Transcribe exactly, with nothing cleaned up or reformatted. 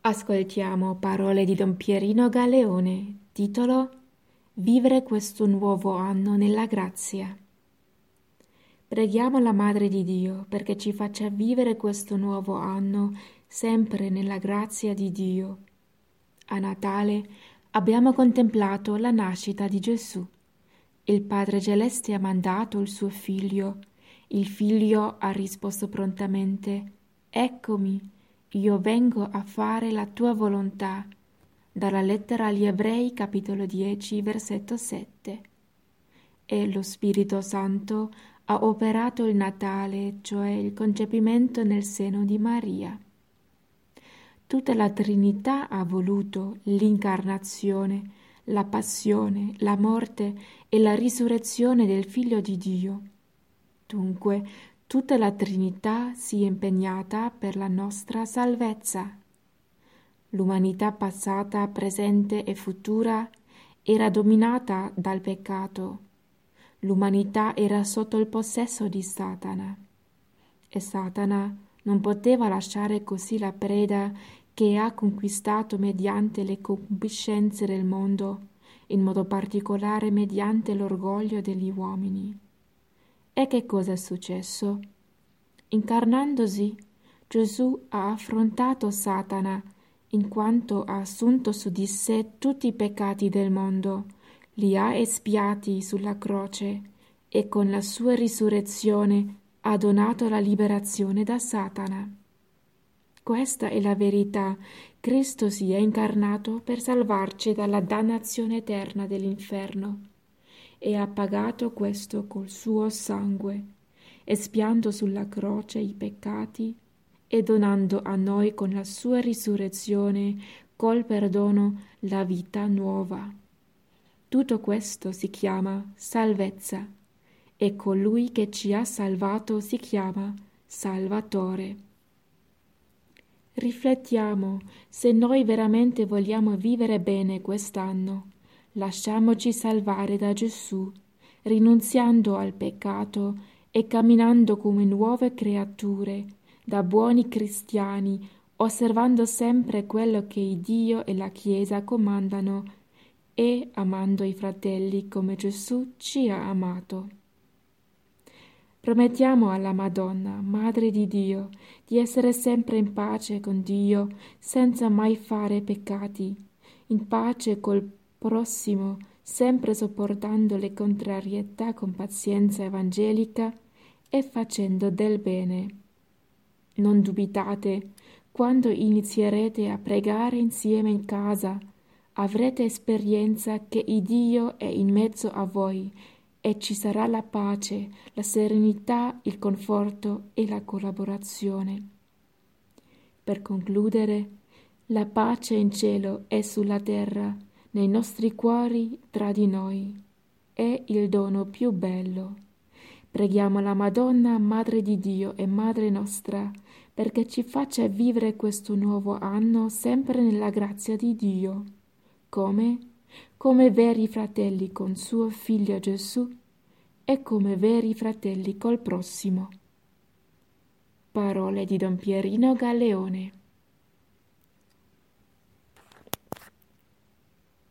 Ascoltiamo parole di Don Pierino Galeone, titolo Vivere questo nuovo anno nella grazia. Preghiamo la Madre di Dio perché ci faccia vivere questo nuovo anno sempre nella grazia di Dio. A Natale abbiamo contemplato la nascita di Gesù. Il Padre Celeste ha mandato il suo Figlio. Il Figlio ha risposto prontamente: Eccomi, io vengo a fare la tua volontà. Dalla lettera agli Ebrei, capitolo dieci, versetto sette. E lo Spirito Santo ha operato il Natale, cioè il concepimento nel seno di Maria. Tutta la Trinità ha voluto l'incarnazione, la passione, la morte e la risurrezione del Figlio di Dio. Dunque, tutta la Trinità si è impegnata per la nostra salvezza. L'umanità passata, presente e futura era dominata dal peccato. L'umanità era sotto il possesso di Satana. E Satana non poteva lasciare così la preda che ha conquistato mediante le concupiscenze del mondo, in modo particolare mediante l'orgoglio degli uomini. E che cosa è successo? Incarnandosi, Gesù ha affrontato Satana, in quanto ha assunto su di sé tutti i peccati del mondo, li ha espiati sulla croce e con la sua risurrezione ha donato la liberazione da Satana. Questa è la verità. Cristo si è incarnato per salvarci dalla dannazione eterna dell'inferno e ha pagato questo col suo sangue, espiando sulla croce i peccati e donando a noi con la sua risurrezione, col perdono, la vita nuova. Tutto questo si chiama salvezza e colui che ci ha salvato si chiama Salvatore. Riflettiamo, se noi veramente vogliamo vivere bene quest'anno, lasciamoci salvare da Gesù, rinunziando al peccato e camminando come nuove creature, da buoni cristiani, osservando sempre quello che Dio e la Chiesa comandano e amando i fratelli come Gesù ci ha amato. Promettiamo alla Madonna, Madre di Dio, di essere sempre in pace con Dio, senza mai fare peccati, in pace col prossimo, sempre sopportando le contrarietà con pazienza evangelica e facendo del bene. Non dubitate, quando inizierete a pregare insieme in casa, avrete esperienza che Dio è in mezzo a voi e ci sarà la pace, la serenità, il conforto e la collaborazione. Per concludere, la pace in cielo e sulla terra, nei nostri cuori tra di noi. È il dono più bello. Preghiamo la Madonna, Madre di Dio e Madre nostra, perché ci faccia vivere questo nuovo anno sempre nella grazia di Dio. Come? Come veri fratelli con suo Figlio Gesù e come veri fratelli col prossimo. Parole di Don Pierino Galeone.